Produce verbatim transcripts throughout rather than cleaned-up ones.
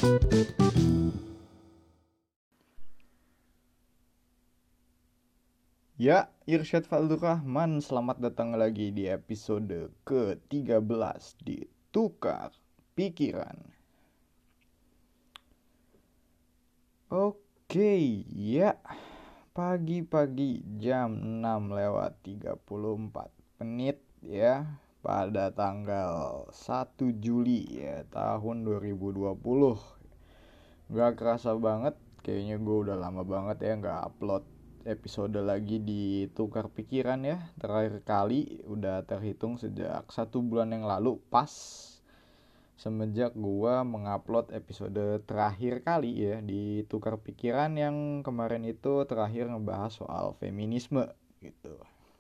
Ya, Irsyad Faldur Rahman, selamat datang lagi di episode ke tiga belas di Tukar Pikiran. Oke, ya, pagi-pagi jam enam lewat tiga puluh empat menit ya, pada tanggal satu Juli ya, tahun dua ribu dua puluh. Gak kerasa banget, kayaknya gue udah lama banget ya gak upload episode lagi di Tukar Pikiran ya. Terakhir kali udah terhitung sejak satu bulan yang lalu, pas semenjak gue mengupload episode terakhir kali ya di Tukar Pikiran, yang kemarin itu terakhir ngebahas soal feminisme gitu.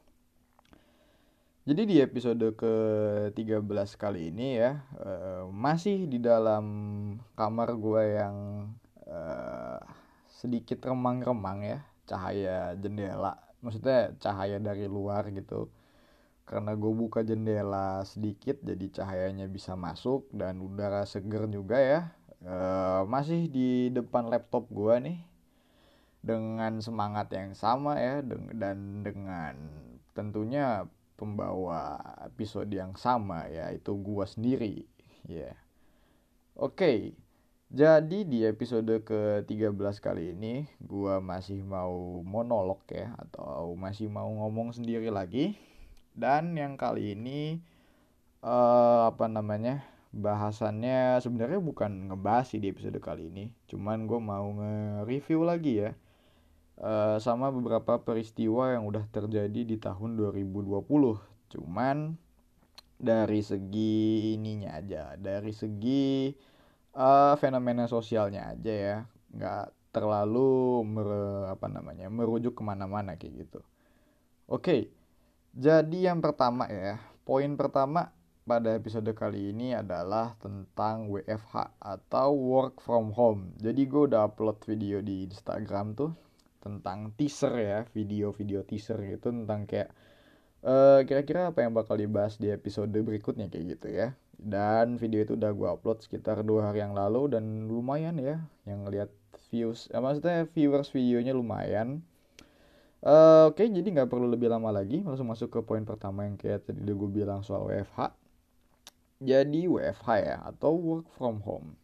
Jadi di episode ke tiga belas kali ini ya, uh, masih di dalam kamar gue yang uh, sedikit remang-remang ya, cahaya jendela, maksudnya cahaya dari luar gitu. Karena gue buka jendela sedikit, jadi cahayanya bisa masuk dan udara seger juga ya. Uh, masih di depan laptop gue nih, dengan semangat yang sama ya, dan dengan tentunya pembawa episode yang sama, yaitu gua sendiri ya. Yeah. Oke, okay. Jadi di episode ke tiga belas kali ini gua masih mau monolog ya, atau masih mau ngomong sendiri lagi. Dan yang kali ini uh, apa namanya bahasannya sebenarnya bukan ngebahas sih di episode kali ini, cuman gue mau nge-review lagi ya, Uh, sama beberapa peristiwa yang udah terjadi di tahun dua ribu dua puluh. Cuman dari segi ininya aja, dari segi uh, fenomena sosialnya aja ya, nggak terlalu mer, apa namanya merujuk kemana-mana kayak gitu. Oke, jadi yang pertama ya, poin pertama pada episode kali ini adalah tentang W F H atau work from home. Jadi gue udah upload video di Instagram tuh tentang teaser ya, video-video teaser gitu, tentang kayak uh, kira-kira apa yang bakal dibahas di episode berikutnya kayak gitu ya. Dan video itu udah gue upload sekitar dua hari yang lalu, dan lumayan ya yang ngeliat views, eh, maksudnya viewers videonya lumayan. Uh, Oke, okay, jadi nggak perlu lebih lama lagi, langsung masuk ke poin pertama yang kayak tadi gue bilang soal W F H. Jadi W F H ya, atau work from home.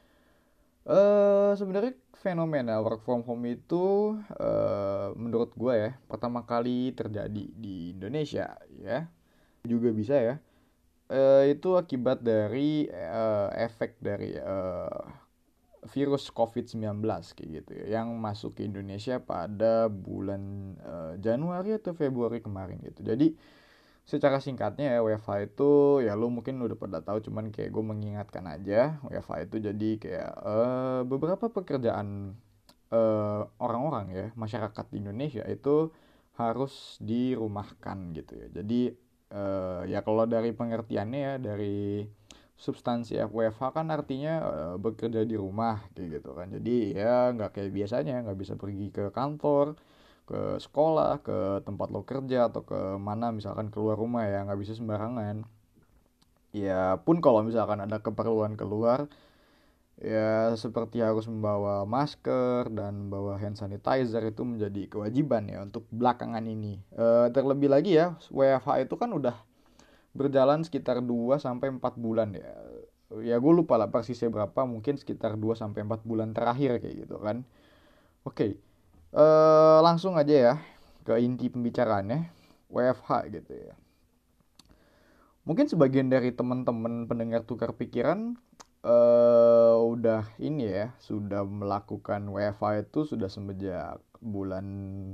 Uh, sebenarnya fenomena work from home itu uh, menurut gue ya pertama kali terjadi di Indonesia ya, juga bisa ya, uh, itu akibat dari uh, efek dari uh, virus covid sembilan belas kayak gitu ya, yang masuk ke Indonesia pada bulan uh, Januari atau Februari kemarin gitu. Jadi secara singkatnya ya, W F H itu ya lu mungkin udah pada tahu, cuman kayak gue mengingatkan aja. W F H itu jadi kayak uh, beberapa pekerjaan uh, orang-orang ya, masyarakat di Indonesia itu harus dirumahkan gitu ya. Jadi uh, ya kalau dari pengertiannya ya, dari substansi W F H kan artinya uh, bekerja di rumah kayak gitu kan. Jadi ya nggak kayak biasanya, nggak bisa pergi ke kantor, ke sekolah, ke tempat lo kerja, atau ke mana misalkan keluar rumah ya, nggak bisa sembarangan. Ya pun kalau misalkan ada keperluan keluar, ya seperti harus membawa masker dan membawa hand sanitizer, itu menjadi kewajiban ya untuk belakangan ini. E, terlebih lagi ya, W F H itu kan udah berjalan sekitar dua sampai empat bulan ya. Ya gue lupa lah persisnya berapa, mungkin sekitar dua sampai empat bulan terakhir kayak gitu kan. Oke. Uh, langsung aja ya ke inti pembicaraannya, W F H gitu ya. Mungkin sebagian dari teman-teman pendengar Tukar Pikiran uh, udah ini ya, sudah melakukan W F H itu sudah semenjak bulan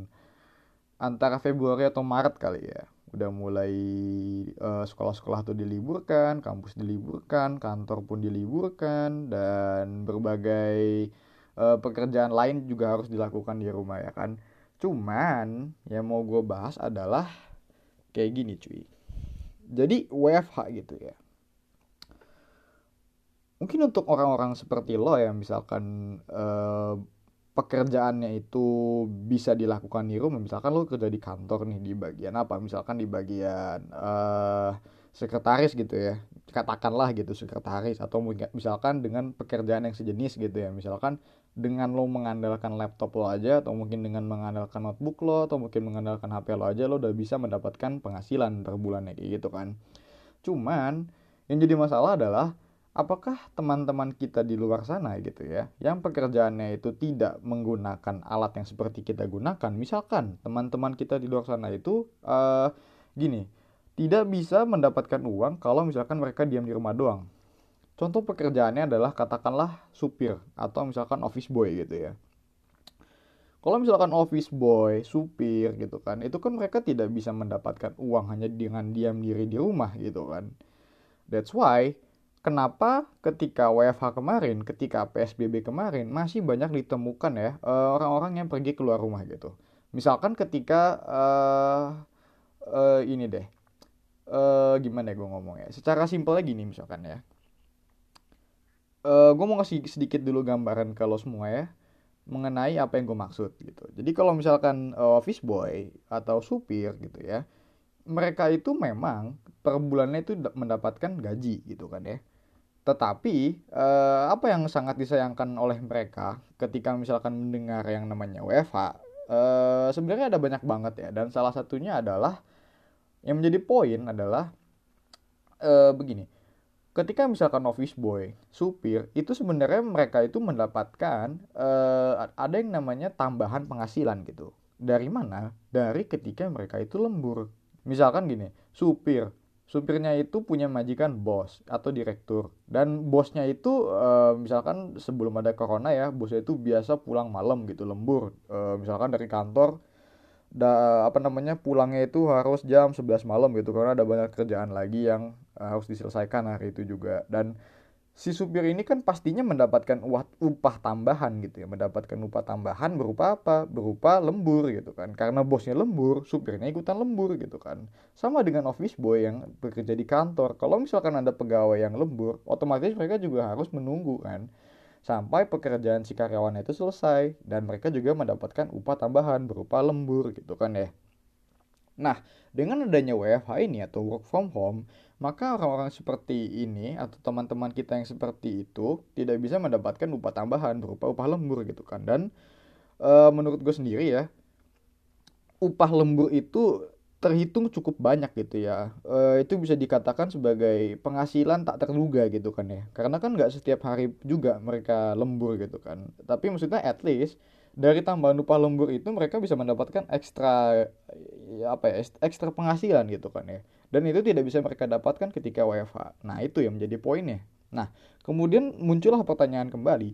antara Februari atau Maret kali ya. Udah mulai uh, sekolah-sekolah tuh diliburkan, kampus diliburkan, kantor pun diliburkan, dan berbagai uh, pekerjaan lain juga harus dilakukan di rumah ya kan. Cuman yang mau gue bahas adalah kayak gini cuy. Jadi W F H gitu ya, mungkin untuk orang-orang seperti lo yang misalkan uh, pekerjaannya itu bisa dilakukan di rumah, misalkan lo kerja di kantor nih, di bagian apa, misalkan di bagian uh, sekretaris gitu ya, katakanlah gitu sekretaris, atau misalkan dengan pekerjaan yang sejenis gitu ya, misalkan dengan lo mengandalkan laptop lo aja, atau mungkin dengan mengandalkan notebook lo, atau mungkin mengandalkan H P lo aja, lo udah bisa mendapatkan penghasilan per bulannya kayak gitu kan. Cuman yang jadi masalah adalah apakah teman-teman kita di luar sana gitu ya, yang pekerjaannya itu tidak menggunakan alat yang seperti kita gunakan. Misalkan teman-teman kita di luar sana itu uh, gini, tidak bisa mendapatkan uang kalau misalkan mereka diam di rumah doang. Contoh pekerjaannya adalah katakanlah supir atau misalkan office boy gitu ya. Kalau misalkan office boy, supir gitu kan, itu kan mereka tidak bisa mendapatkan uang hanya dengan diam diri di rumah gitu kan. That's why kenapa ketika W F H kemarin, ketika P S B B kemarin masih banyak ditemukan ya uh, orang-orang yang pergi keluar rumah gitu. Misalkan ketika uh, uh, ini deh, uh, gimana ya gue ngomongnya? Secara simpelnya gini misalkan ya. Uh, gue mau kasih sedikit dulu gambaran kalau semua ya mengenai apa yang gue maksud gitu. Jadi kalau misalkan uh, office boy atau supir gitu ya, mereka itu memang per bulannya itu mendapatkan gaji gitu kan ya. Tetapi eh, apa yang sangat disayangkan oleh mereka ketika misalkan mendengar yang namanya W F H, eh, sebenarnya ada banyak banget ya. Dan salah satunya adalah yang menjadi poin adalah eh, begini. Ketika misalkan office boy, supir, itu sebenarnya mereka itu mendapatkan eh, ada yang namanya tambahan penghasilan gitu. Dari mana? Dari ketika mereka itu lembur. Misalkan gini, supir, supirnya itu punya majikan bos atau direktur, dan bosnya itu eh, misalkan sebelum ada corona ya, bosnya itu biasa pulang malam gitu, lembur. Eh, misalkan dari kantor da, apa namanya pulangnya itu harus jam sebelas malam gitu karena ada banyak kerjaan lagi yang uh, harus diselesaikan hari itu juga. Dan si supir ini kan pastinya mendapatkan upah, upah tambahan gitu ya, mendapatkan upah tambahan berupa apa? Berupa lembur gitu kan. Karena bosnya lembur, supirnya ikutan lembur gitu kan. Sama dengan office boy yang bekerja di kantor. Kalau misalkan ada pegawai yang lembur, otomatis mereka juga harus menunggu kan sampai pekerjaan si karyawan itu selesai, dan mereka juga mendapatkan upah tambahan berupa lembur gitu kan ya. Nah, dengan adanya W F H ini atau work from home, maka orang-orang seperti ini atau teman-teman kita yang seperti itu tidak bisa mendapatkan upah tambahan berupa upah lembur gitu kan. Dan e, menurut gue sendiri ya, upah lembur itu terhitung cukup banyak gitu ya. E, itu bisa dikatakan sebagai penghasilan tak terduga gitu kan ya. Karena kan nggak setiap hari juga mereka lembur gitu kan. Tapi maksudnya at least dari tambahan upah lembur itu mereka bisa mendapatkan ekstra ya apa ya, ekstra penghasilan gitu kan ya. Dan itu tidak bisa mereka dapatkan ketika W F H. Nah, itu yang menjadi poinnya. Nah, kemudian muncullah pertanyaan kembali,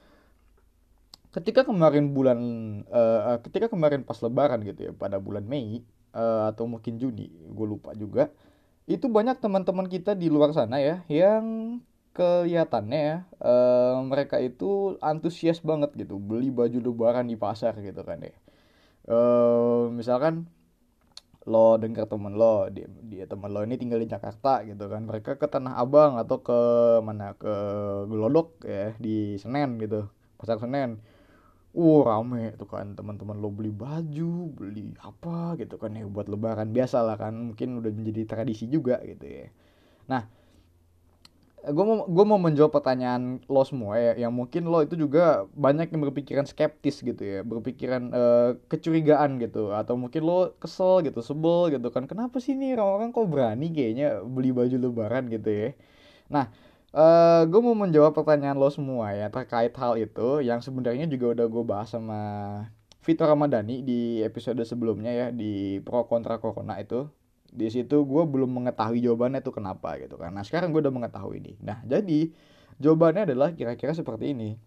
ketika kemarin bulan uh, ketika kemarin pas lebaran gitu ya, pada bulan Mei uh, atau mungkin Juni, gue lupa juga, itu banyak teman-teman kita di luar sana ya yang kelihatannya ya uh, mereka itu antusias banget gitu beli baju lebaran di pasar gitu kan ya. Uh, misalkan lo denger temen lo, dia, dia temen lo ini tinggal di Jakarta gitu kan, mereka ke Tanah Abang atau ke mana, ke Glodok ya di Senen gitu, pasar Senen. Uh rame tuh kan, teman-teman lo beli baju, beli apa gitu kan ya buat lebaran, biasa lah kan, mungkin udah menjadi tradisi juga gitu ya. Nah, gue mau gue mau menjawab pertanyaan lo semua ya, yang mungkin lo itu juga banyak yang berpikiran skeptis gitu ya, berpikiran eh, kecurigaan gitu, atau mungkin lo kesel gitu, sebel gitu kan, kenapa sih nih orang-orang kok berani kayaknya beli baju lebaran gitu ya. Nah, eh gue mau menjawab pertanyaan lo semua ya terkait hal itu, yang sebenarnya juga udah gue bahas sama Vito Ramadhani di episode sebelumnya ya, di pro kontra corona itu. Di situ gue belum mengetahui jawabannya tuh kenapa gitu kan. Nah, sekarang gue udah mengetahui nih. Nah, jadi jawabannya adalah kira-kira seperti ini.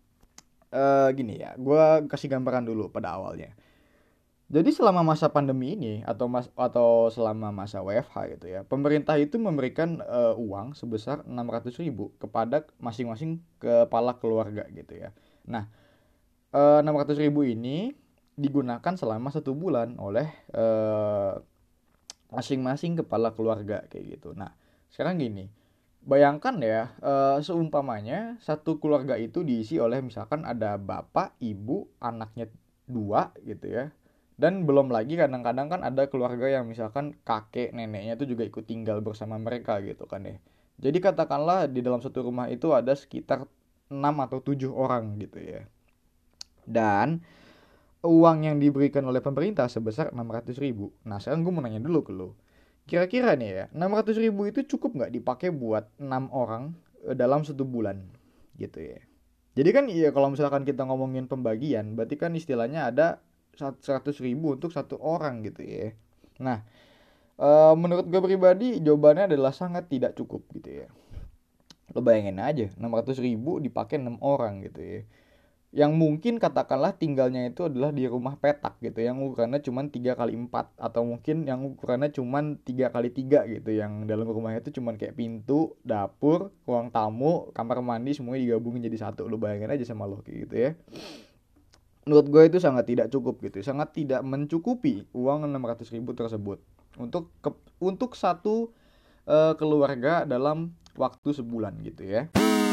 Eh gini ya, gue kasih gambaran dulu pada awalnya. Jadi selama masa pandemi ini atau mas atau selama masa W F H gitu ya, pemerintah itu memberikan uh, uang sebesar enam ratus ribu kepada masing-masing kepala keluarga gitu ya. Nah, uh, enam ratus ribu ini digunakan selama satu bulan oleh uh, masing-masing kepala keluarga kayak gitu. Nah, sekarang gini, bayangkan ya, uh, seumpamanya satu keluarga itu diisi oleh misalkan ada bapak, ibu, anaknya dua gitu ya, Dan belum lagi kadang-kadang kan ada keluarga yang misalkan kakek neneknya itu juga ikut tinggal bersama mereka gitu kan ya. Jadi katakanlah di dalam satu rumah itu ada sekitar enam atau tujuh orang gitu ya. Dan uang yang diberikan oleh pemerintah sebesar enam ratus ribu. Nah sekarang gue mau nanya dulu ke lo. Kira-kira nih ya, enam ratus ribu itu cukup nggak dipakai buat enam orang eh, dalam satu bulan gitu ya. Jadi kan iya kalau misalkan kita ngomongin pembagian, berarti kan istilahnya ada seratus ribu untuk satu orang gitu ya. Nah, eh, menurut gue pribadi jawabannya adalah sangat tidak cukup gitu ya. Lo bayangin aja, enam ratus ribu dipakai enam orang gitu ya. Yang mungkin katakanlah tinggalnya itu adalah di rumah petak gitu, yang ukurannya cuma tiga kali empat, atau mungkin yang ukurannya cuma tiga kali tiga gitu, yang dalam rumahnya itu cuma kayak pintu, dapur, ruang tamu, kamar mandi semuanya digabungin jadi satu. Lo bayangin aja sama lo kayak gitu ya. Menurut gue itu sangat tidak cukup gitu, sangat tidak mencukupi uang enam ratus ribu tersebut untuk ke, untuk satu uh, keluarga dalam waktu sebulan gitu ya.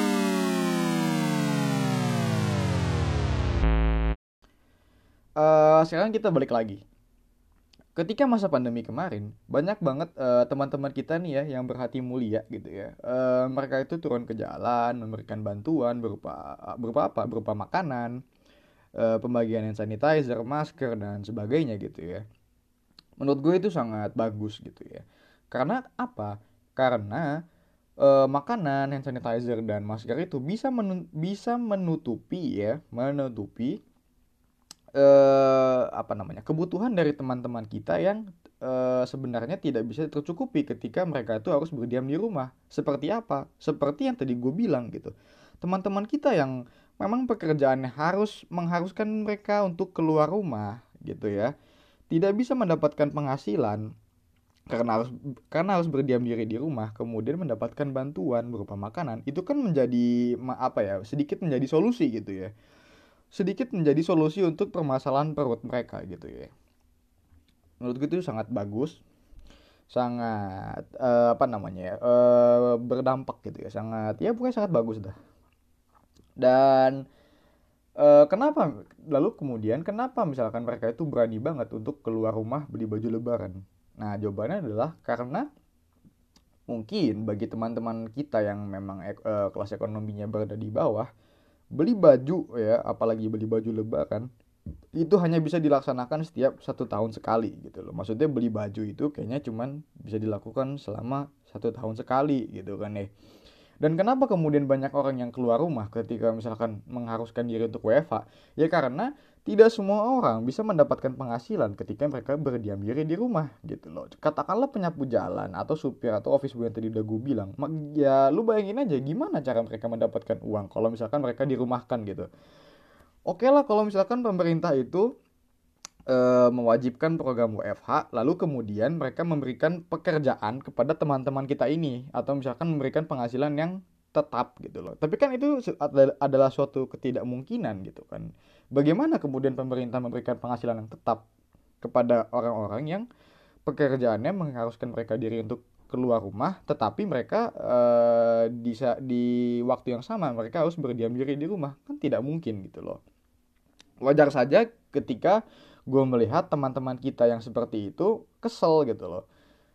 Uh, sekarang kita balik lagi. Ketika masa pandemi kemarin, banyak banget uh, teman-teman kita nih ya yang berhati mulia gitu ya. Uh, mereka itu turun ke jalan, memberikan bantuan berupa berupa apa? Berupa makanan, uh, pembagian hand sanitizer, masker dan sebagainya gitu ya. Menurut gue itu sangat bagus gitu ya. Karena apa? Karena uh, makanan, hand sanitizer dan masker itu bisa menu- bisa menutupi ya, menutupi eh, apa namanya kebutuhan dari teman-teman kita yang eh, sebenarnya tidak bisa tercukupi ketika mereka itu harus berdiam di rumah. Seperti apa? Seperti yang tadi gue bilang gitu. Teman-teman kita yang memang pekerjaannya harus mengharuskan mereka untuk keluar rumah gitu ya, tidak bisa mendapatkan penghasilan karena harus karena harus berdiam diri di rumah, kemudian mendapatkan bantuan berupa makanan, itu kan menjadi apa ya, sedikit menjadi solusi gitu ya, sedikit menjadi solusi untuk permasalahan perut mereka gitu ya. Menurut gue itu sangat bagus, sangat uh, apa namanya ya, uh, berdampak gitu ya, sangat ya pokoknya sangat bagus dah. Dan uh, kenapa lalu kemudian kenapa misalkan mereka itu berani banget untuk keluar rumah beli baju lebaran? Nah jawabannya adalah karena mungkin bagi teman-teman kita yang memang ek, uh, kelas ekonominya berada di bawah, beli baju ya, apalagi beli baju lebaran itu hanya bisa dilaksanakan setiap satu tahun sekali gitu loh. Maksudnya beli baju itu kayaknya cuman bisa dilakukan selama satu tahun sekali gitu kan ya. Dan kenapa kemudian banyak orang yang keluar rumah ketika misalkan mengharuskan diri untuk W F H? Ya karena tidak semua orang bisa mendapatkan penghasilan ketika mereka berdiam diri di rumah gitu loh. Katakanlah penyapu jalan atau supir atau office boy yang tadi udah gue bilang. Ya lu bayangin aja gimana cara mereka mendapatkan uang kalau misalkan mereka dirumahkan gitu. Oke lah kalau misalkan pemerintah itu e, mewajibkan program W F H, lalu kemudian mereka memberikan pekerjaan kepada teman-teman kita ini, atau misalkan memberikan penghasilan yang tetap gitu loh. Tapi kan itu adalah suatu ketidakmungkinan gitu kan. Bagaimana kemudian pemerintah memberikan penghasilan yang tetap kepada orang-orang yang pekerjaannya mengharuskan mereka diri untuk keluar rumah, tetapi mereka e, di, di waktu yang sama mereka harus berdiam diri di rumah, kan tidak mungkin gitu loh. Wajar saja ketika gue melihat teman-teman kita yang seperti itu kesel gitu loh.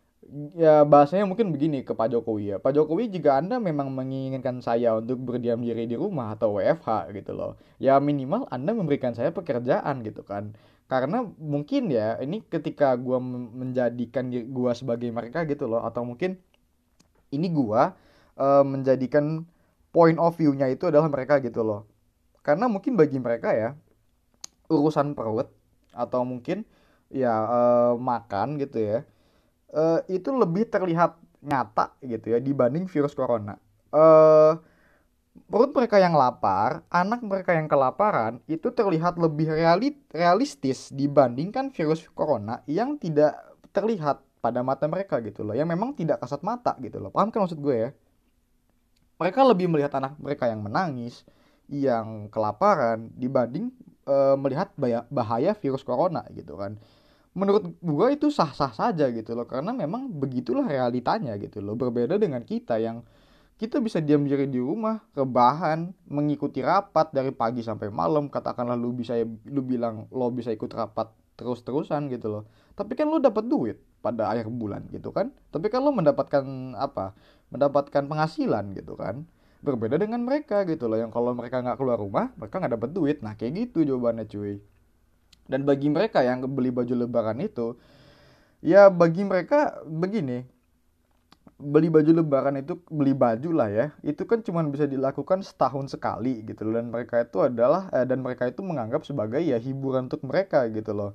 Ya bahasanya mungkin begini ke Pak Jokowi ya. Pak Jokowi, jika Anda memang menginginkan saya untuk berdiam diri di rumah atau W F H gitu loh, ya minimal Anda memberikan saya pekerjaan gitu kan. Karena mungkin ya ini ketika gue menjadikan gue sebagai mereka gitu loh, atau mungkin ini gue uh, menjadikan point of view-nya itu adalah mereka gitu loh. Karena mungkin bagi mereka ya urusan perut atau mungkin ya eh, makan gitu ya, eh, itu lebih terlihat nyata gitu ya dibanding virus corona. Eh, perut mereka yang lapar, anak mereka yang kelaparan itu terlihat lebih realit, realistis dibandingkan virus corona yang tidak terlihat pada mata mereka gitu loh, yang memang tidak kasat mata gitu loh. Paham kan maksud gue ya? Mereka lebih melihat anak mereka yang menangis, yang kelaparan dibanding e, melihat bahaya virus corona gitu kan. Menurut gue itu sah-sah saja gitu loh, karena memang begitulah realitanya gitu loh. Berbeda dengan kita yang kita bisa diam diri di rumah, rebahan, mengikuti rapat dari pagi sampai malam. Katakanlah lu bisa lu bilang lo bisa ikut rapat terus-terusan gitu loh. Tapi kan lo dapat duit pada akhir bulan gitu kan. Tapi kan lo mendapatkan apa? Mendapatkan penghasilan gitu kan. Berbeda dengan mereka gitu loh, yang kalau mereka nggak keluar rumah, mereka nggak dapat duit. Nah kayak gitu jawabannya cuy. Dan bagi mereka yang beli baju lebaran itu, ya bagi mereka begini, beli baju lebaran itu, beli baju lah ya, itu kan cuma bisa dilakukan setahun sekali gitu loh. Dan mereka itu adalah eh, dan mereka itu menganggap sebagai ya hiburan untuk mereka gitu loh.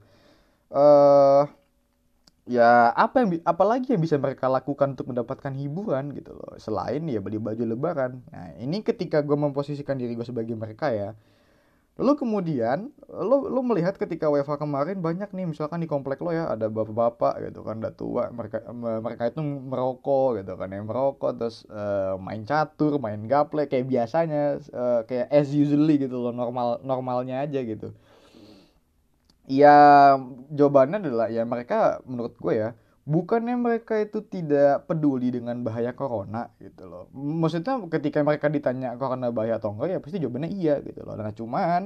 eh Ya apa yang bi- apalagi yang bisa mereka lakukan untuk mendapatkan hiburan gitu loh, selain ya beli baju lebaran. Nah ini ketika gue memposisikan diri gue sebagai mereka ya. Lalu kemudian lo lo melihat ketika W F H kemarin banyak nih, misalkan di komplek lo ya ada bapak-bapak gitu kan, udah tua, mereka me- mereka itu merokok gitu kan, yang merokok terus eh, main catur, main gaple kayak biasanya, eh, kayak as usually gitu loh, normal normalnya aja gitu. Ya jawabannya adalah ya mereka, menurut gue ya, bukannya mereka itu tidak peduli dengan bahaya corona gitu loh. Maksudnya ketika mereka ditanya corona bahaya atau enggak, ya pasti jawabannya iya gitu loh. Nah cuman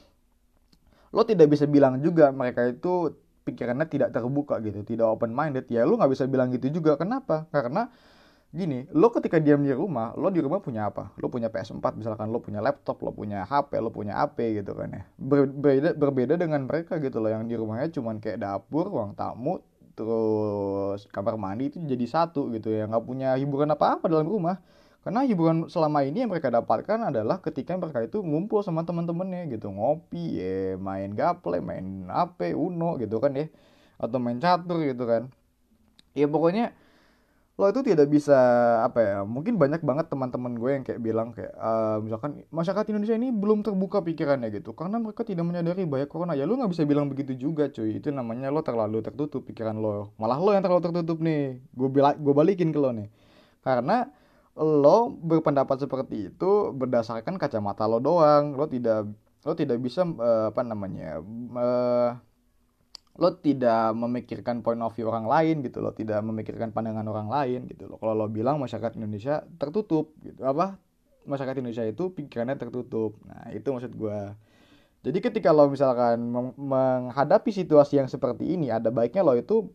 lo tidak bisa bilang juga mereka itu pikirannya tidak terbuka gitu, tidak open minded. Ya lo nggak bisa bilang gitu juga. Kenapa? Karena gini, lo ketika diam di rumah, lo di rumah punya apa? Lo punya P S empat misalkan, lo punya laptop, lo punya H P, lo punya A P gitu kan ya. Berbeda, berbeda dengan mereka gitu loh, yang di rumahnya cuman kayak dapur, ruang tamu, terus kamar mandi itu jadi satu gitu ya. Nggak punya hiburan apa-apa dalam rumah. Karena hiburan selama ini yang mereka dapatkan adalah ketika mereka itu ngumpul sama teman-temannya gitu. Ngopi, ya, main gaple, main A P, Uno gitu kan ya. Atau main catur gitu kan. Ya pokoknya lo itu tidak bisa, apa ya, mungkin banyak banget teman-teman gue yang kayak bilang kayak eh, misalkan masyarakat Indonesia ini belum terbuka pikirannya gitu karena mereka tidak menyadari bahaya corona. Ya lo nggak bisa bilang begitu juga cuy, itu namanya lo terlalu tertutup pikiran lo, malah lo yang terlalu tertutup nih. Gue bila gue balikin ke lo nih, karena lo berpendapat seperti itu berdasarkan kacamata lo doang. Lo tidak lo tidak bisa eh, apa namanya, eh, lo tidak memikirkan point of view orang lain gitu, lo tidak memikirkan pandangan orang lain gitu lo. Kalau lo bilang masyarakat Indonesia tertutup gitu, apa, masyarakat Indonesia itu pikirannya tertutup. Nah itu maksud gue. Jadi ketika lo misalkan meng- menghadapi situasi yang seperti ini, ada baiknya lo itu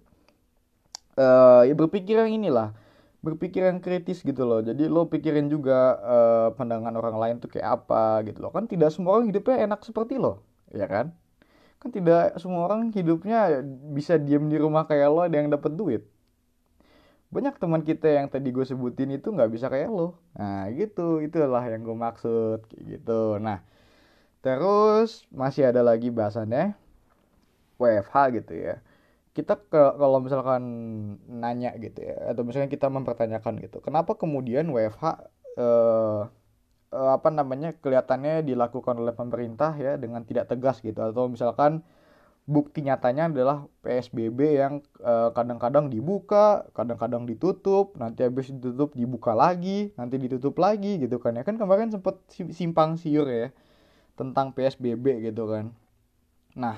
eh ya berpikir yang inilah, berpikir yang kritis gitu loh. Jadi lo pikirin juga eh, pandangan orang lain tuh kayak apa gitu loh. Kan tidak semua orang hidupnya enak seperti lo, ya kan? Kan tidak semua orang hidupnya bisa diem di rumah kayak lo ada yang dapat duit. Banyak teman kita yang tadi gue sebutin itu nggak bisa kayak lo. Nah gitu, itulah yang gue maksud kayak gitu. Nah terus masih ada lagi bahasannya W F H gitu ya. Kita ke, kalau misalkan nanya gitu ya, atau misalnya kita mempertanyakan gitu, kenapa kemudian W F H eh, eh, apa namanya, kelihatannya dilakukan oleh pemerintah ya dengan tidak tegas gitu, atau misalkan bukti nyatanya adalah P S B B yang eh, kadang-kadang dibuka, kadang-kadang ditutup, nanti habis ditutup dibuka lagi, nanti ditutup lagi gitu kan ya. Kan kemarin sempat simpang siur ya tentang P S B B gitu kan. Nah,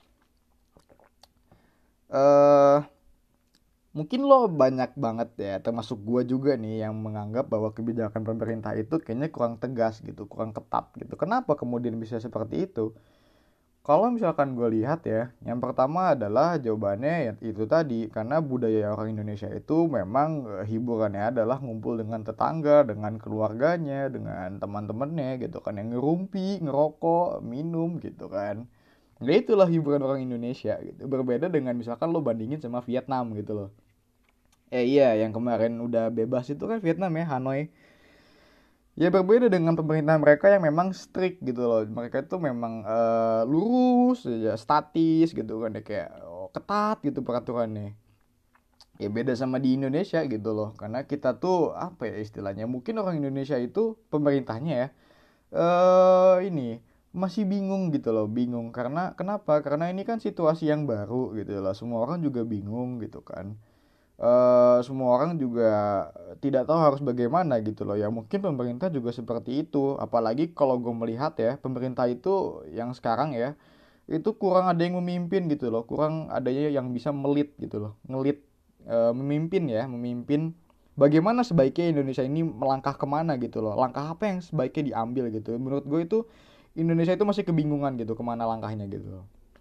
eh mungkin lo banyak banget ya, termasuk gua juga nih, yang menganggap bahwa kebijakan pemerintah itu kayaknya kurang tegas gitu, kurang ketat gitu. Kenapa kemudian bisa seperti itu? Kalau misalkan gue lihat ya, yang pertama adalah jawabannya ya itu tadi, karena budaya orang Indonesia itu memang eh, hiburannya adalah ngumpul dengan tetangga, dengan keluarganya, dengan teman-temannya gitu kan, yang ngerumpi, ngerokok, minum gitu kan. Nah itulah hiburan orang Indonesia gitu. Berbeda dengan misalkan lo bandingin sama Vietnam gitu loh. Eh iya, yang kemarin udah bebas itu kan Vietnam ya, Hanoi. Ya berbeda dengan pemerintah mereka yang memang strict gitu loh. Mereka itu memang eh, lurus ya, statis gitu kan ya, kayak oh, ketat gitu peraturannya. Ya beda sama di Indonesia gitu loh. Karena kita tuh apa ya istilahnya? Mungkin orang Indonesia itu pemerintahnya ya eh ini masih bingung gitu loh, bingung karena kenapa? Karena ini kan situasi yang baru gitu loh. Semua orang juga bingung gitu kan. Eh, semua orang juga tidak tahu harus bagaimana gitu loh ya. Mungkin pemerintah juga seperti itu, apalagi kalau gue melihat ya, pemerintah itu yang sekarang ya itu kurang ada yang memimpin gitu loh, kurang adanya yang bisa melit gitu loh, ngelit, eh, memimpin ya, memimpin bagaimana sebaiknya Indonesia ini melangkah kemana gitu loh, langkah apa yang sebaiknya diambil gitu. Menurut gue itu Indonesia itu masih kebingungan gitu kemana langkahnya gitu loh.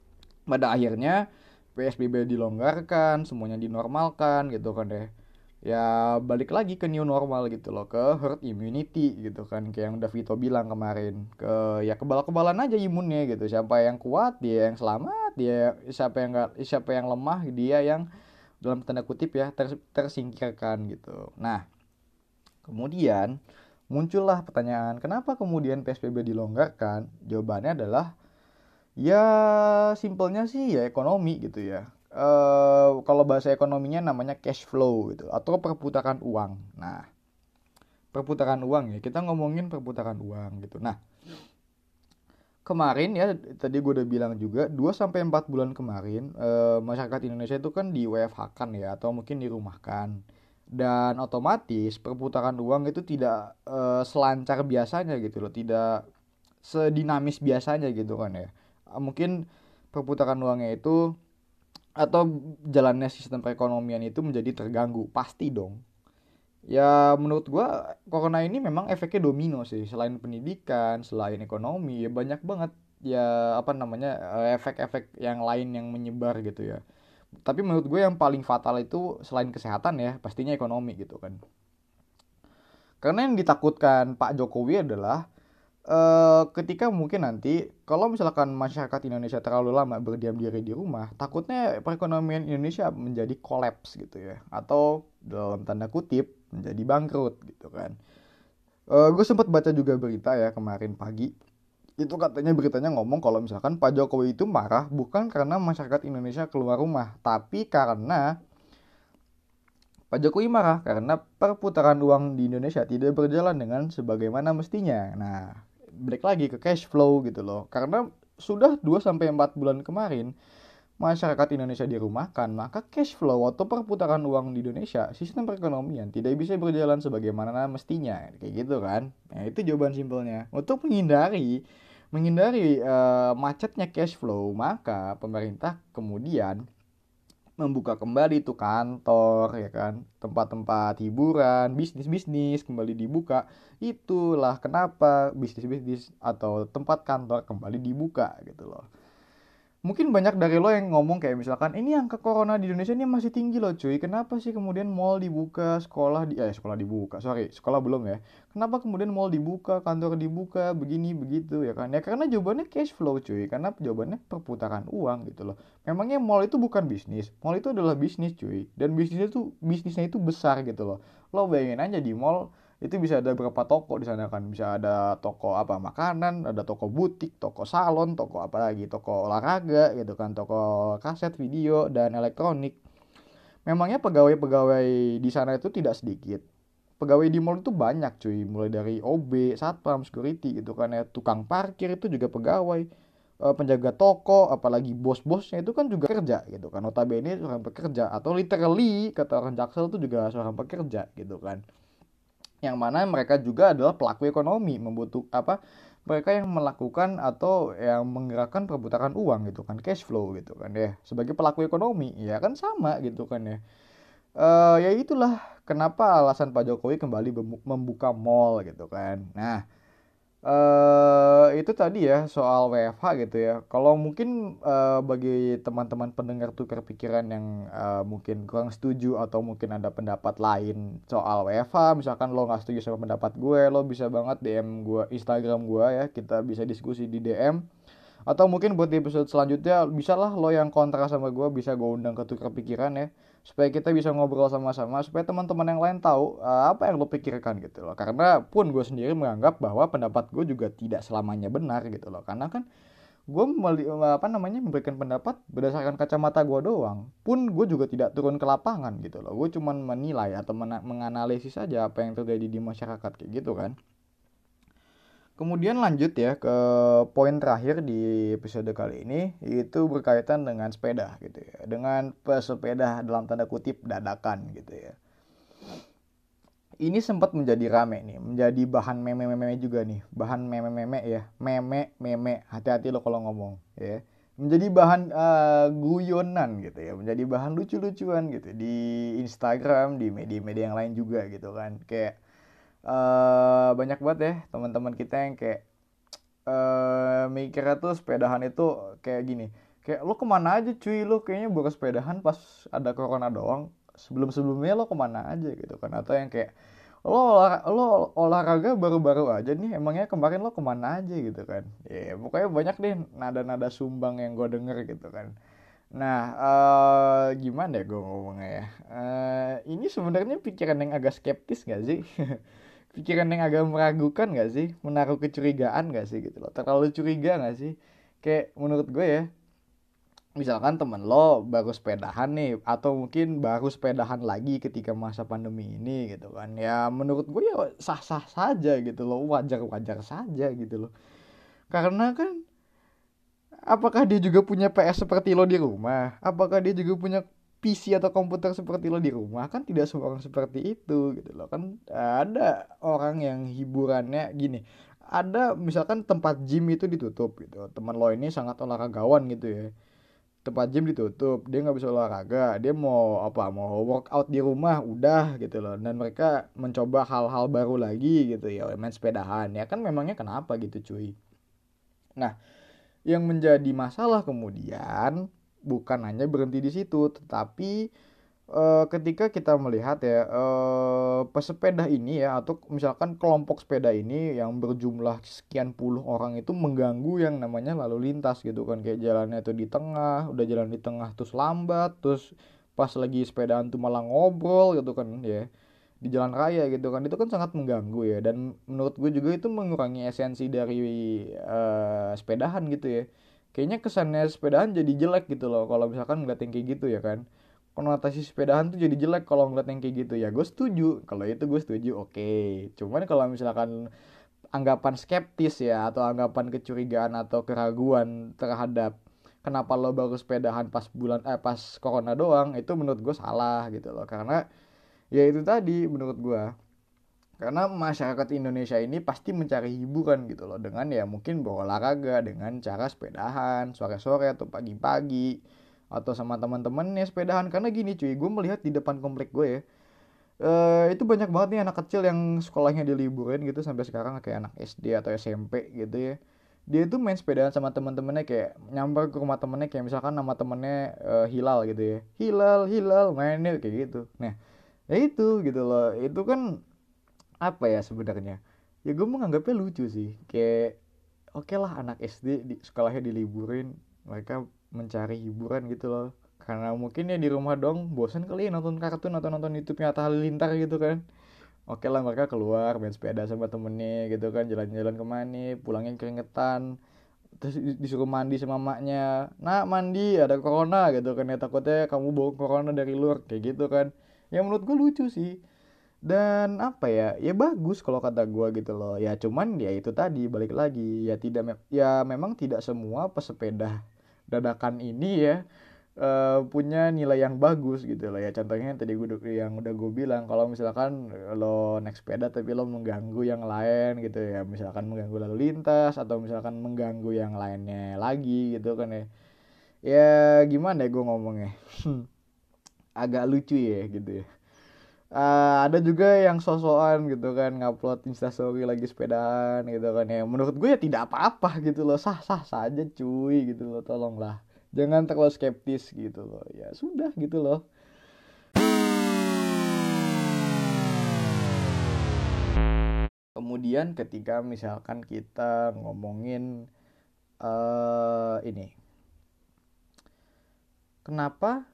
Pada akhirnya P S B B dilonggarkan, semuanya dinormalkan gitu kan deh. Ya balik lagi ke new normal gitu loh, ke herd immunity gitu kan, kayak yang Davito bilang kemarin, ke ya kebal-kebalan aja imunnya gitu. Siapa yang kuat dia yang selamat, dia siapa yang enggak, siapa yang lemah dia yang dalam tanda kutip ya ter- tersingkirkan gitu. Nah, kemudian muncullah pertanyaan, kenapa kemudian P S B B dilonggarkan? Jawabannya adalah ya simpelnya sih ya ekonomi gitu ya. Eh kalau bahasa ekonominya namanya cash flow gitu atau perputaran uang. Nah, perputaran uang ya, kita ngomongin perputaran uang gitu. Nah, kemarin ya tadi gue udah bilang juga dua sampai empat bulan kemarin eh, masyarakat Indonesia itu kan di W F H kan ya atau mungkin dirumahkan. Dan otomatis perputaran uang itu tidak eh, selancar biasanya gitu loh, tidak sedinamis biasanya gitu kan ya. Eh, Mungkin perputaran uangnya itu atau jalannya sistem perekonomian itu menjadi terganggu, pasti dong. Ya menurut gua corona ini memang efeknya domino sih, selain pendidikan, selain ekonomi, ya banyak banget ya apa namanya eh, efek-efek yang lain yang menyebar gitu ya. Tapi menurut gue yang paling fatal itu selain kesehatan ya, pastinya ekonomi gitu kan. Karena yang ditakutkan Pak Jokowi adalah eh ketika mungkin nanti kalau misalkan masyarakat Indonesia terlalu lama berdiam diri di rumah, takutnya perekonomian Indonesia menjadi kolaps gitu ya, atau dalam tanda kutip menjadi bangkrut gitu kan. Eh gue sempat baca juga berita ya kemarin pagi, itu katanya beritanya ngomong kalau misalkan Pak Jokowi itu marah bukan karena masyarakat Indonesia keluar rumah, tapi karena Pak Jokowi marah karena perputaran uang di Indonesia tidak berjalan dengan sebagaimana mestinya. Nah, balik lagi ke cash flow gitu loh. Karena sudah dua sampai empat bulan kemarin masyarakat Indonesia dirumahkan, maka cash flow atau perputaran uang di Indonesia, sistem perekonomian tidak bisa berjalan sebagaimana mestinya. Kayak gitu kan. Nah, itu jawaban simpelnya. Untuk menghindari menghindari eh, macetnya cash flow, maka pemerintah kemudian membuka kembali tuh kantor ya kan, tempat-tempat hiburan, bisnis-bisnis kembali dibuka. Itulah kenapa bisnis-bisnis atau tempat kantor kembali dibuka gitu loh. Mungkin banyak dari lo yang ngomong kayak misalkan ini angka corona di Indonesia ini masih tinggi loh cuy. Kenapa sih kemudian mall dibuka, sekolah di eh sekolah dibuka. Sorry, sekolah belum ya. Kenapa kemudian mall dibuka, kantor dibuka, begini begitu ya kan? Ya karena jawabannya cash flow cuy. Karena jawabannya perputaran uang gitu loh. Memangnya mall itu bukan bisnis. Mall itu adalah bisnis cuy. Dan bisnisnya itu bisnisnya itu besar gitu loh. Lo bayangin aja di mall itu bisa ada berapa toko di sana kan, bisa ada toko apa makanan, ada toko butik, toko salon, toko apa lagi, toko olahraga gitu kan, toko kaset video dan elektronik. Memangnya pegawai-pegawai di sana itu tidak sedikit. Pegawai di mall itu banyak cuy, mulai dari O B, satpam, security gitu kan ya, tukang parkir itu juga pegawai. Eh, penjaga toko, apalagi bos-bosnya itu kan juga kerja gitu kan, notabene seorang pekerja atau literally kata orang Jaksel itu juga seorang pekerja gitu kan, yang mana mereka juga adalah pelaku ekonomi, membutuh apa, mereka yang melakukan atau yang menggerakkan perputaran uang gitu kan, cash flow gitu kan ya, sebagai pelaku ekonomi ya kan sama gitu kan ya. Eh ya itulah kenapa alasan Pak Jokowi kembali membuka mall gitu kan. Nah, eh itu tadi ya soal W F H gitu ya. Kalau mungkin eh, bagi teman-teman pendengar tukar pikiran yang eh, mungkin kurang setuju atau mungkin ada pendapat lain soal W F H, misalkan lo nggak setuju sama pendapat gue, lo bisa banget D M gue Instagram gue ya. Kita bisa diskusi di D M. Atau mungkin buat di episode selanjutnya bisa lah lo yang kontra sama gue bisa gue undang ke tukar pikiran ya. Supaya kita bisa ngobrol sama-sama, supaya teman-teman yang lain tahu uh, apa yang lo pikirkan gitu loh. Karena pun gue sendiri menganggap bahwa pendapat gue juga tidak selamanya benar gitu loh. Karena kan gue apa namanya memberikan pendapat berdasarkan kacamata gue doang. Pun gue juga tidak turun ke lapangan gitu loh. Gue cuman menilai atau menganalisis saja apa yang terjadi di masyarakat kayak gitu kan. Kemudian lanjut ya ke poin terakhir di episode kali ini, itu berkaitan dengan sepeda gitu ya. Dengan pesepeda dalam tanda kutip dadakan gitu ya. Ini sempat menjadi rame nih, menjadi bahan meme-meme juga nih. Bahan meme-meme ya. Meme-meme, hati-hati lo kalau ngomong ya. Menjadi bahan uh, guyonan gitu ya. Menjadi bahan lucu-lucuan gitu di Instagram, di media-media yang lain juga gitu kan. Kayak uh, banyak banget ya teman-teman kita yang kayak uh, mikirnya tuh sepedahan itu kayak gini. Kayak lo kemana aja cuy, lo kayaknya baru sepedahan pas ada corona doang. Sebelum-sebelumnya lo kemana aja gitu kan. Atau yang kayak lo, olah, lo olahraga baru-baru aja nih, emangnya kemarin lo kemana aja gitu kan. Ya yeah, pokoknya banyak deh nada-nada sumbang yang gue denger gitu kan. Nah, uh, gimana ya gue ngomongnya ya. Uh, ini sebenarnya pikiran yang agak skeptis gak sih? Pikiran yang agak meragukan gak sih? Menaruh kecurigaan gak sih gitu loh. Terlalu curiga gak sih? Kayak menurut gue ya, misalkan temen lo baru sepedahan nih, atau mungkin baru sepedahan lagi ketika masa pandemi ini gitu kan, ya menurut gue ya sah-sah saja gitu loh, wajar-wajar saja gitu loh. Karena kan apakah dia juga punya P S seperti lo di rumah? Apakah dia juga punya P C atau komputer seperti lo di rumah? Kan tidak semua orang seperti itu gitu loh. Kan ada orang yang hiburannya gini, ada misalkan tempat gym itu ditutup gitu, teman lo ini sangat olahragawan gitu ya, tempat gym ditutup, dia nggak bisa olahraga, dia mau apa, mau workout di rumah udah gitu loh, dan mereka mencoba hal-hal baru lagi gitu ya, main sepedahan ya kan, memangnya kenapa gitu cuy. Nah, yang menjadi masalah kemudian bukan hanya berhenti di situ, tetapi uh, ketika kita melihat ya, uh, pesepeda ini ya, atau misalkan kelompok sepeda ini yang berjumlah sekian puluh orang itu mengganggu yang namanya lalu lintas gitu kan. Kayak jalannya tuh di tengah, udah jalan di tengah terus lambat, terus pas lagi sepedaan tuh malah ngobrol gitu kan ya, di jalan raya gitu kan. Itu kan sangat mengganggu ya, dan menurut gue juga itu mengurangi esensi dari uh, sepedahan gitu ya. Kayaknya kesannya sepedahan jadi jelek gitu loh kalau misalkan ngeliat yang kayak gitu ya kan. Konotasi sepedahan tuh jadi jelek kalau ngeliat yang kayak gitu ya. Gue setuju, kalau itu gue setuju, oke. Cuman kalau misalkan anggapan skeptis ya, atau anggapan kecurigaan atau keraguan terhadap kenapa lo baru sepedahan pas bulan eh pas corona doang, itu menurut gue salah gitu loh. Karena ya itu tadi menurut gue, karena masyarakat Indonesia ini pasti mencari hiburan gitu loh, dengan ya mungkin berolahraga dengan cara sepedahan sore-sore atau pagi-pagi, atau sama teman-temannya sepedahan. Karena gini cuy, gue melihat di depan komplek gue ya, eh, itu banyak banget nih anak kecil yang sekolahnya diliburin gitu sampai sekarang, kayak anak S D atau S M P gitu ya. Dia tuh main sepedaan sama teman-temannya, kayak nyamper ke rumah temennya, kayak misalkan nama temennya uh, Hilal gitu ya, Hilal Hilal mainnya kayak gitu. Nah ya itu gitu loh, itu kan apa ya sebenarnya, ya gue menganggapnya lucu sih. Kayak oke okay lah, anak S D di sekolahnya diliburin, mereka mencari hiburan gitu loh, karena mungkin ya di rumah dong bosan kali ya nonton kartun atau nonton YouTube-nya Atta Halilintar gitu kan. Oke okay lah, mereka keluar main sepeda sama temennya gitu kan, jalan-jalan kemana, pulangnya keringetan, terus disuruh mandi sama maknya, nah mandi ada corona gitu kan ya, takutnya kamu bawa corona dari luar kayak gitu kan. Ya menurut gue lucu sih, dan apa ya, ya bagus kalau kata gue gitu loh. Ya cuman ya itu tadi, balik lagi ya, tidak me- ya memang tidak semua pesepeda dadakan ini ya eh, punya nilai yang bagus gitu loh ya. Contohnya yang tadi gue yang udah gue bilang, kalau misalkan lo naik sepeda tapi lo mengganggu yang lain gitu ya, misalkan mengganggu lalu lintas atau misalkan mengganggu yang lainnya lagi gitu kan ya, ya gimana ya gue ngomongnya, agak lucu ya gitu ya. Uh, ada juga yang sosokan gitu kan, ngupload instastory lagi sepedaan gitu kan ya, menurut gue ya tidak apa-apa gitu loh, sah-sah saja cuy gitu loh, tolonglah jangan terlalu skeptis gitu loh, ya sudah gitu loh. Kemudian ketika misalkan kita ngomongin uh, ini, kenapa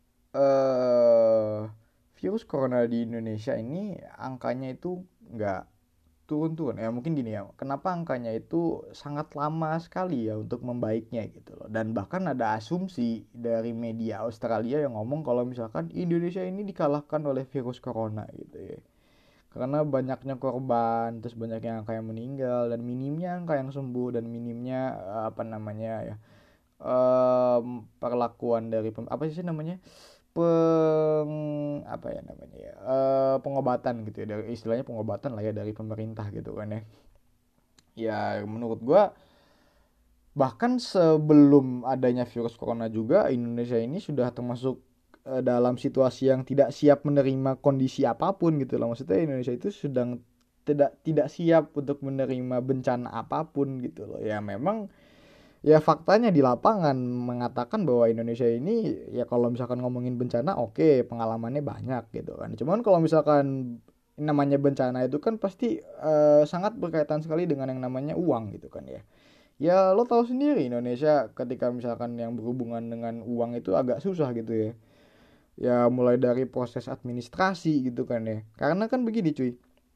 uh, virus corona di Indonesia ini angkanya itu nggak turun-turun ya, mungkin gini ya, kenapa angkanya itu sangat lama sekali ya untuk membaiknya gitu loh. Dan bahkan ada asumsi dari media Australia yang ngomong kalau misalkan Indonesia ini dikalahkan oleh virus corona gitu ya, karena banyaknya korban, terus banyaknya angka yang meninggal, dan minimnya angka yang sembuh, dan minimnya apa namanya ya, um, perlakuan dari apa sih namanya, peng apa ya namanya ya, uh, pengobatan gitu ya, dari istilahnya pengobatan lah ya dari pemerintah gitu kan ya. Ya menurut gua bahkan sebelum adanya virus corona juga Indonesia ini sudah termasuk uh, dalam situasi yang tidak siap menerima kondisi apapun gitu loh. Maksudnya Indonesia itu sedang tidak tidak siap untuk menerima bencana apapun gitu loh. Ya memang Ya faktanya di lapangan mengatakan bahwa Indonesia ini ya kalau misalkan ngomongin bencana oke pengalamannya banyak gitu kan. Cuman kalau misalkan namanya bencana itu kan pasti eh, sangat berkaitan sekali dengan yang namanya uang gitu kan ya. Ya lo tahu sendiri Indonesia ketika misalkan yang berhubungan dengan uang itu agak susah gitu ya. Ya mulai dari proses administrasi gitu kan ya. Karena kan begini cuy.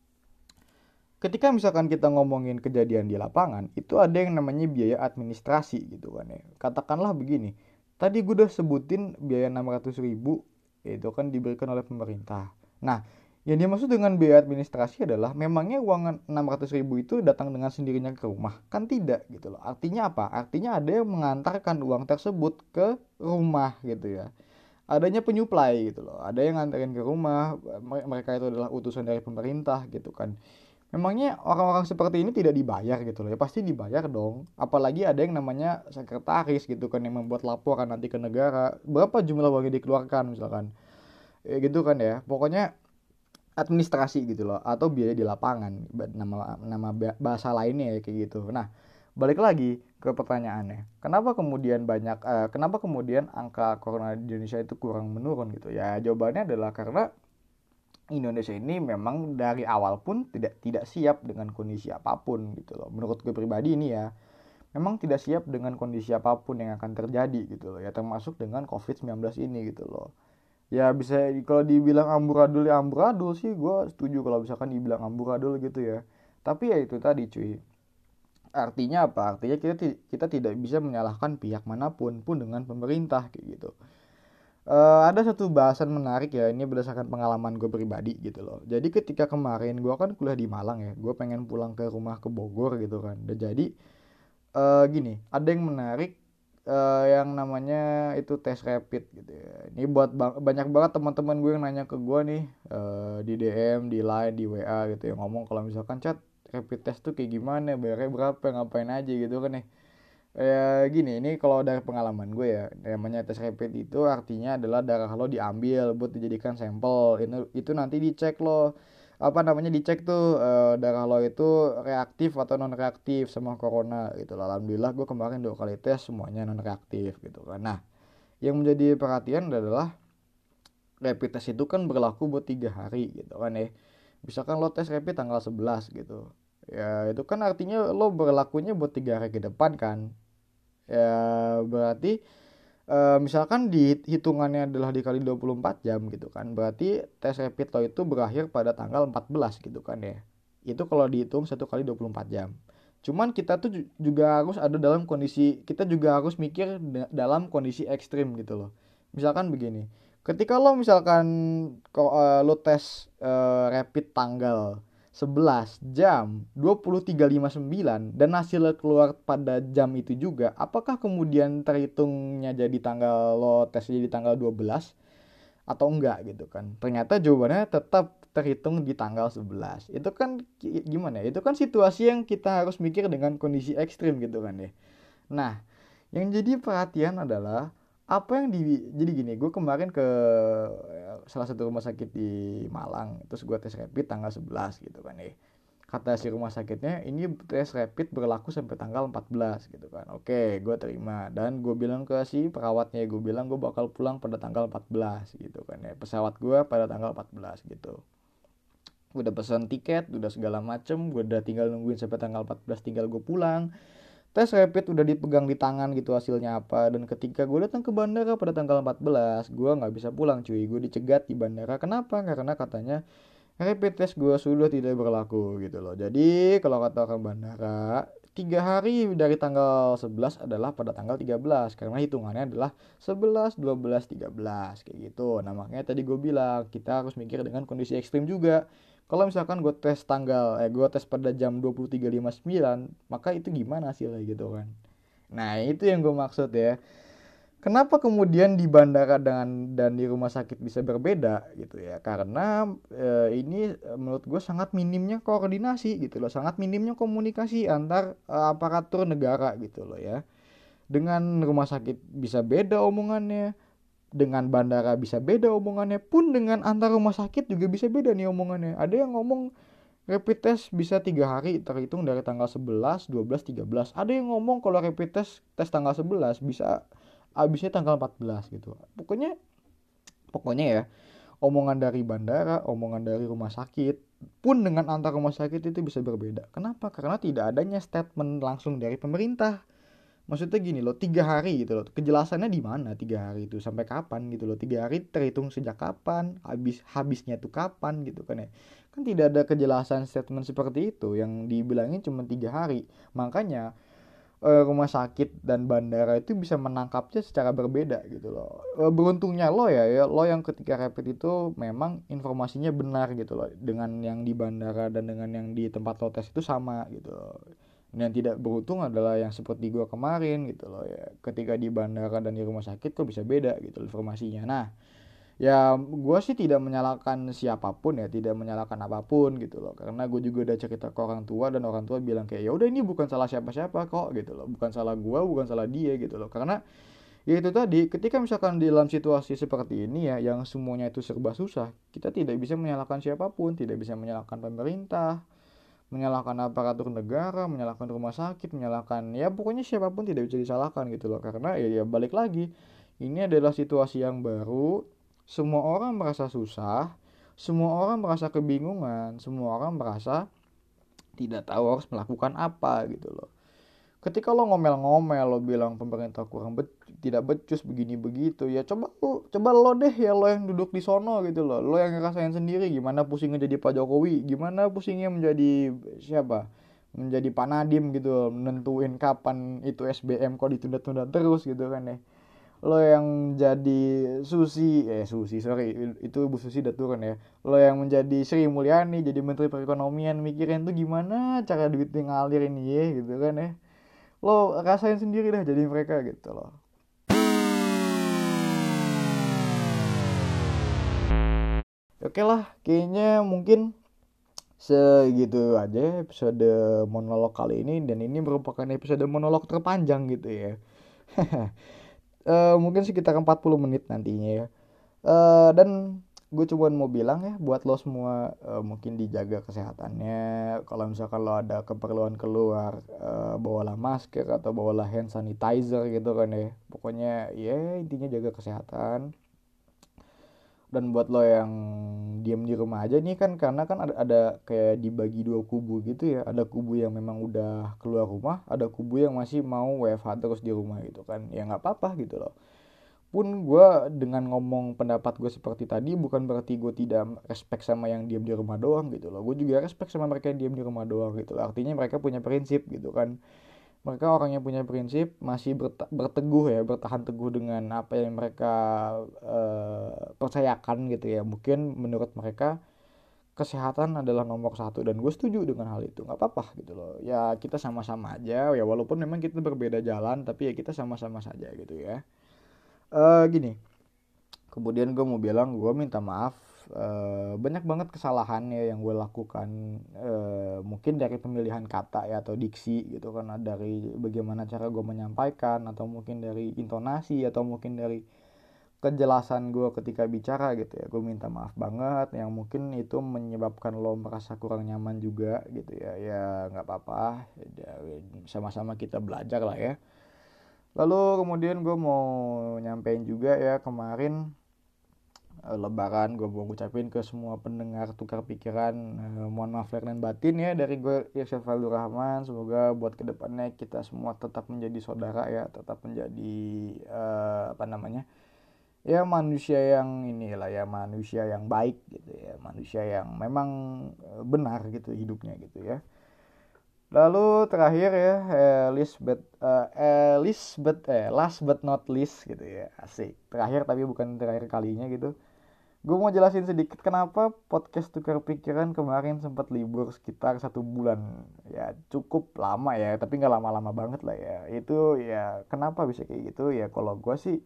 Ketika misalkan kita ngomongin kejadian di lapangan, itu ada yang namanya biaya administrasi gitu kan ya. Katakanlah begini, tadi gue udah sebutin biaya enam ratus ribu, itu kan diberikan oleh pemerintah. Nah, yang dimaksud dengan biaya administrasi adalah memangnya uang enam ratus ribu itu datang dengan sendirinya ke rumah? Kan tidak gitu loh. Artinya apa? Artinya ada yang mengantarkan uang tersebut ke rumah gitu ya. Adanya penyuplai gitu loh. Ada yang nganterin ke rumah, mereka itu adalah utusan dari pemerintah gitu kan. Memangnya orang-orang seperti ini tidak dibayar gitu loh ya, pasti dibayar dong, apalagi ada yang namanya sekretaris gitu kan yang membuat laporan nanti ke negara berapa jumlah uang yang dikeluarkan misalkan ya gitu kan ya, pokoknya administrasi gitu loh atau biaya di lapangan nama nama bahasa lainnya ya kayak gitu. Nah balik lagi ke pertanyaannya, kenapa kemudian banyak eh, kenapa kemudian angka corona di Indonesia itu kurang menurun gitu ya, jawabannya adalah karena Indonesia ini memang dari awal pun tidak tidak siap dengan kondisi apapun gitu loh. Menurut gue pribadi ini ya, memang tidak siap dengan kondisi apapun yang akan terjadi gitu loh ya, termasuk dengan covid sembilan belas ini gitu loh. Ya bisa kalau dibilang amburadul ya amburadul sih gue setuju kalau misalkan dibilang amburadul gitu ya. Tapi ya itu tadi cuy. Artinya apa? Artinya kita kita tidak bisa menyalahkan pihak manapun pun dengan pemerintah kayak gitu. Uh, ada satu bahasan menarik ya, ini berdasarkan pengalaman gue pribadi gitu loh. Jadi ketika kemarin gue kan kuliah di Malang ya, gue pengen pulang ke rumah ke Bogor gitu kan. Dan jadi uh, gini, ada yang menarik uh, yang namanya itu tes rapid gitu ya. Ini buat ba- banyak banget teman-teman gue yang nanya ke gue nih uh, di D M, di Line, di W A gitu ya, ngomong kalau misalkan chat rapid test tuh kayak gimana, bayarnya berapa, ngapain aja gitu kan nih. Ya gini, ini kalau dari pengalaman gue ya, namanya tes rapid itu artinya adalah darah lo diambil buat dijadikan sampel. Itu itu nanti dicek lo apa namanya dicek tuh eh, darah lo itu reaktif atau non reaktif sama corona gitu. Alhamdulillah gue kemarin dua kali tes semuanya non reaktif gitu kan. Nah, yang menjadi perhatian adalah rapid test itu kan berlaku buat tiga hari gitu kan ya. Misalkan lo tes rapid tanggal sebelas gitu. Ya itu kan artinya lo berlakunya buat tiga hari ke depan kan. Ya berarti e, misalkan di hitungannya adalah dikali dua puluh empat jam gitu kan, berarti tes rapid lo itu berakhir pada tanggal empat belas gitu kan ya. Itu kalau dihitung satu kali dua puluh empat jam. Cuman kita tuh juga harus ada dalam kondisi, kita juga harus mikir dalam kondisi ekstrim gitu loh. Misalkan begini, ketika lo misalkan uh, lo tes uh, rapid tanggal sebelas jam dua puluh tiga lima puluh sembilan dan hasilnya keluar pada jam itu juga, apakah kemudian terhitungnya jadi tanggal lo tes jadi tanggal dua belas atau enggak gitu kan? Ternyata jawabannya tetap terhitung di tanggal sebelas. Itu kan gimana ya? Itu kan situasi yang kita harus mikir dengan kondisi ekstrim gitu kan ya. Nah, yang jadi perhatian adalah apa yang di jadi gini, gue kemarin ke salah satu rumah sakit di Malang, terus gue tes rapid tanggal sebelas gitu kan ya. Kata si rumah sakitnya ini tes rapid berlaku sampai tanggal empat belas gitu kan. Oke, gue terima dan gue bilang ke si perawatnya, gue bilang gue bakal pulang pada tanggal empat belas gitu kan ya. Pesawat gue pada tanggal empat belas gitu. Gue udah pesan tiket, udah segala macem, gue udah tinggal nungguin sampai tanggal empat belas, tinggal gue pulang. Tes rapid udah dipegang di tangan gitu hasilnya apa. Dan ketika gue datang ke bandara pada tanggal empat belas, gue gak bisa pulang cuy. Gue dicegat di bandara. Kenapa? Karena katanya rapid test gue sudah tidak berlaku gitu loh. Jadi kalau kata orang bandara, tiga hari dari tanggal sebelas adalah pada tanggal tiga belas. Karena hitungannya adalah sebelas, dua belas, tiga belas kayak gitu. Nah makanya tadi gue bilang kita harus mikir dengan kondisi ekstrim juga. Kalau misalkan gue tes tanggal, eh gue tes pada jam dua puluh tiga lima puluh sembilan, maka itu gimana hasilnya gitu kan. Nah itu yang gue maksud ya. Kenapa kemudian di bandara dengan dan di rumah sakit bisa berbeda gitu ya? Karena e, ini menurut gue sangat minimnya koordinasi gitu loh, sangat minimnya komunikasi antar e, aparatur negara gitu loh ya. Dengan rumah sakit bisa beda omongannya, dengan bandara bisa beda omongannya, pun dengan antar rumah sakit juga bisa beda nih omongannya. Ada yang ngomong rapid test bisa tiga hari terhitung dari tanggal sebelas, dua belas, tiga belas. Ada yang ngomong kalau rapid test tes tanggal sebelas bisa habisnya tanggal empat belas gitu. Pokoknya pokoknya ya, omongan dari bandara, omongan dari rumah sakit pun dengan antar rumah sakit itu bisa berbeda. Kenapa? Karena tidak adanya statement langsung dari pemerintah. Maksudnya gini loh, tiga hari gitu loh. Kejelasannya di mana tiga hari itu sampai kapan gitu loh. Tiga hari terhitung sejak kapan, habis habisnya tuh kapan gitu kan ya. Kan tidak ada kejelasan statement seperti itu. Yang dibilangin cuma tiga hari. Makanya eh, rumah sakit dan bandara itu bisa menangkapnya secara berbeda gitu loh. Eh, beruntungnya lo ya, ya lo yang ketika rapid itu memang informasinya benar gitu loh, dengan yang di bandara dan dengan yang di tempat lo tes itu sama gitu loh. Yang tidak beruntung adalah yang seperti gua kemarin gitu loh ya. Ketika di bandara dan di rumah sakit kok bisa beda gitu informasinya. Nah, ya gue sih tidak menyalahkan siapapun ya, tidak menyalahkan apapun gitu loh, karena gue juga udah cerita ke orang tua dan orang tua bilang kayak ya udah ini bukan salah siapa-siapa kok gitu loh, bukan salah gue, bukan salah dia gitu loh. Karena ya itu tadi, ketika misalkan di dalam situasi seperti ini ya yang semuanya itu serba susah, kita tidak bisa menyalahkan siapapun, tidak bisa menyalahkan pemerintah, menyalahkan aparatur negara, menyalahkan rumah sakit, menyalahkan ya pokoknya siapapun tidak bisa disalahkan gitu loh. Karena ya, ya balik lagi, ini adalah situasi yang baru, semua orang merasa susah, semua orang merasa kebingungan, semua orang merasa tidak tahu harus melakukan apa gitu loh. Ketika lo ngomel-ngomel, lo bilang pemerintah kurang be- tidak becus begini begitu, ya coba lo coba lo deh ya, lo yang duduk di sono gitu loh, lo yang ngerasain sendiri gimana pusingnya jadi Pak Jokowi, gimana pusingnya menjadi siapa, menjadi Pak Nadiem gitu, nentuin kapan itu S B M kok ditunda-tunda terus gitu kan ya. Lo yang jadi Susi, eh Susi sorry, itu Bu Susi udah turun ya. Lo yang menjadi Sri Mulyani jadi Menteri Perekonomian, mikirin tuh gimana cara duitnya ngalir ini ya gitu kan ya. Lo rasain sendiri dah jadi mereka gitu loh. Oke lah, kayaknya mungkin segitu aja episode monolog kali ini, dan ini merupakan episode monolog terpanjang gitu ya. Eh, mungkin sekitar empat puluh menit nantinya ya. Eh, dan gue cuma mau bilang ya buat lo semua, eh, mungkin dijaga kesehatannya. Kalau misalkan lo ada keperluan keluar, eh, bawalah masker atau bawalah hand sanitizer gitu kan ya. Pokoknya ya intinya jaga kesehatan. Dan buat lo yang diem di rumah aja nih kan, karena kan ada, ada kayak dibagi dua kubu gitu ya. Ada kubu yang memang udah keluar rumah, ada kubu yang masih mau W F H terus di rumah gitu kan. Ya nggak apa-apa gitu loh. Pun gue dengan ngomong pendapat gue seperti tadi bukan berarti gue tidak respect sama yang diam di rumah doang gitu loh. Gue juga respect sama mereka yang diam di rumah doang gitu loh. Artinya mereka punya prinsip gitu kan. Mereka orang yang punya prinsip, masih berte- berteguh ya, bertahan teguh dengan apa yang mereka uh, percayakan gitu ya. Mungkin menurut mereka kesehatan adalah nomor satu, dan gue setuju dengan hal itu. Nggak apa-apa gitu loh. Ya kita sama-sama aja ya, walaupun memang kita berbeda jalan, tapi ya kita sama-sama saja gitu ya. Eh gini, kemudian gue mau bilang, gue minta maaf, eh, banyak banget kesalahan ya yang gue lakukan, eh, mungkin dari pemilihan kata ya atau diksi gitu kan, dari bagaimana cara gue menyampaikan, atau mungkin dari intonasi, atau mungkin dari kejelasan gue ketika bicara gitu ya. Gue minta maaf banget yang mungkin itu menyebabkan lo merasa kurang nyaman juga gitu ya. Ya nggak apa-apa, ya, sama-sama kita belajar lah ya. Lalu kemudian gue mau nyampein juga ya, kemarin eh, Lebaran gue mau ngucapin ke semua pendengar tukar pikiran, eh, mohon maaf lahir dan batin ya dari gue Irsyad Fadlur Rahman. Semoga buat kedepannya kita semua tetap menjadi saudara ya, tetap menjadi eh, apa namanya ya, manusia yang inilah ya, manusia yang baik gitu ya, manusia yang memang eh, benar gitu hidupnya gitu ya. Lalu terakhir ya, eh, list but eh, eh, list but eh last but not least gitu ya, asik. Terakhir tapi bukan terakhir kalinya gitu. Gue mau jelasin sedikit kenapa podcast Tukar Pikiran kemarin sempat libur sekitar satu bulan. Ya cukup lama ya, tapi nggak lama-lama banget lah ya. Itu ya kenapa bisa kayak gitu ya, kalau gue sih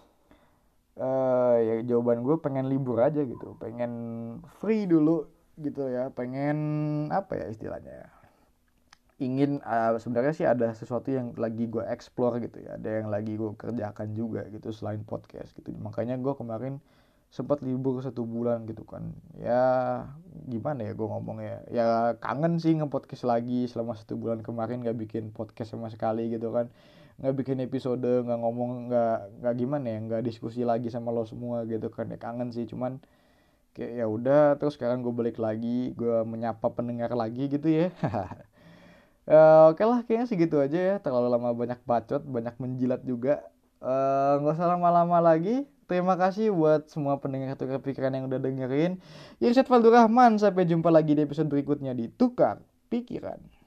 eh ya jawaban gue pengen libur aja gitu. Pengen free dulu gitu ya. Pengen apa ya istilahnya ya. Ingin uh, sebenarnya sih ada sesuatu yang lagi gue explore gitu ya. Ada yang lagi gue kerjakan juga gitu selain podcast gitu. Makanya gue kemarin sempat libur satu bulan gitu kan. Ya gimana ya gue ngomongnya, ya kangen sih nge-podcast lagi. Selama satu bulan kemarin gak bikin podcast sama sekali gitu kan, nggak bikin episode, nggak ngomong, nggak nggak gimana ya, nggak diskusi lagi sama lo semua gitu kan. Ya kangen sih, cuman kayak ya udah, terus sekarang gue balik lagi, gue menyapa pendengar lagi gitu ya. Eh, oke lah, kayaknya segitu aja ya. Terlalu lama banyak bacot, banyak menjilat juga. Eh, nggak usah lama-lama lagi. Terima kasih buat semua pendengar Tukar Pikiran yang udah dengerin. Irsyad Faldur Rahman, sampai jumpa lagi di episode berikutnya di Tukar Pikiran.